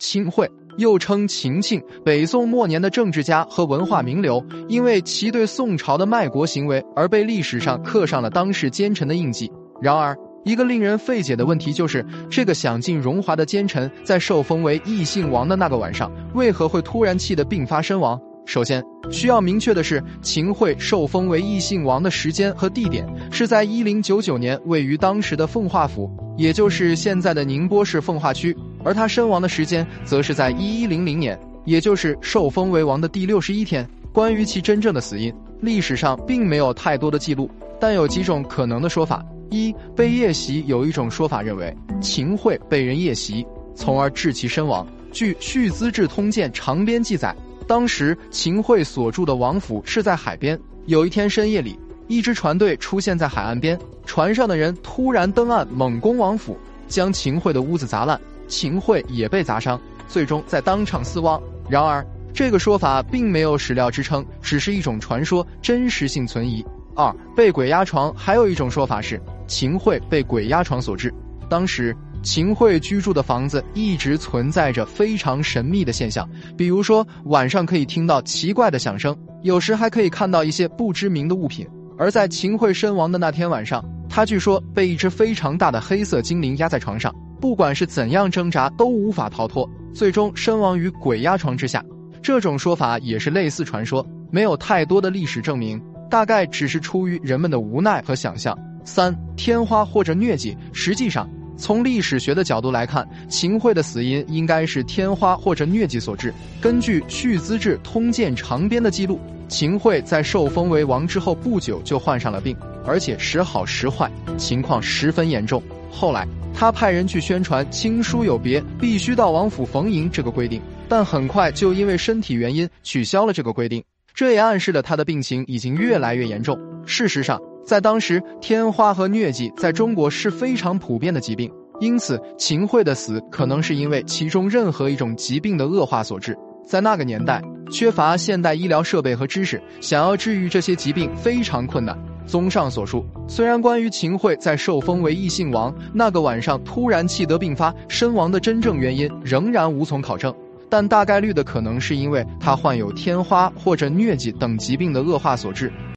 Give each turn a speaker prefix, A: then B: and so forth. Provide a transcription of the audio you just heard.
A: 秦桧又称秦庆，北宋末年的政治家和文化名流，因为其对宋朝的卖国行为而被历史上刻上了当世奸臣的印记。然而，一个令人费解的问题就是，这个享尽荣华的奸臣在受封为异姓王的那个晚上，为何会突然气得病发身亡？首先需要明确的是，秦桧受封为异姓王的时间和地点是在1099年，位于当时的奉化府，也就是现在的宁波市奉化区，而他身亡的时间则是在1100年，也就是受封为王的第61天。关于其真正的死因，历史上并没有太多的记录，但有几种可能的说法。一、被夜袭。有一种说法认为秦桧被人夜袭，从而致其身亡。据《续资治通鉴长编》记载，当时秦桧所住的王府是在海边。有一天深夜里，一支船队出现在海岸边，船上的人突然登岸猛攻王府，将秦桧的屋子砸烂，秦桧也被砸伤，最终在当场死亡。然而，这个说法并没有史料支撑，只是一种传说，真实性存疑。二、被鬼压床。还有一种说法是秦桧被鬼压床所致。当时秦桧居住的房子一直存在着非常神秘的现象，比如说晚上可以听到奇怪的响声，有时还可以看到一些不知名的物品。而在秦桧身亡的那天晚上，他据说被一只非常大的黑色精灵压在床上，不管是怎样挣扎都无法逃脱，最终身亡于鬼压床之下。这种说法也是类似传说，没有太多的历史证明，大概只是出于人们的无奈和想象。三、天花或者疟疾。实际上，从历史学的角度来看，秦桧的死因应该是天花或者疟疾所致。根据《续资治通鉴长编》的记录，秦桧在受封为王之后不久就患上了病，而且时好时坏，情况十分严重。后来他派人去宣传亲疏有别，必须到王府逢迎这个规定，但很快就因为身体原因取消了这个规定。这也暗示了他的病情已经越来越严重。事实上，在当时，天花和疟疾在中国是非常普遍的疾病，因此秦桧的死可能是因为其中任何一种疾病的恶化所致。在那个年代，缺乏现代医疗设备和知识，想要治愈这些疾病非常困难。综上所述，虽然关于秦桧在受封为异姓王那个晚上突然气得病发身亡的真正原因仍然无从考证，但大概率的可能是因为他患有天花或者疟疾等疾病的恶化所致。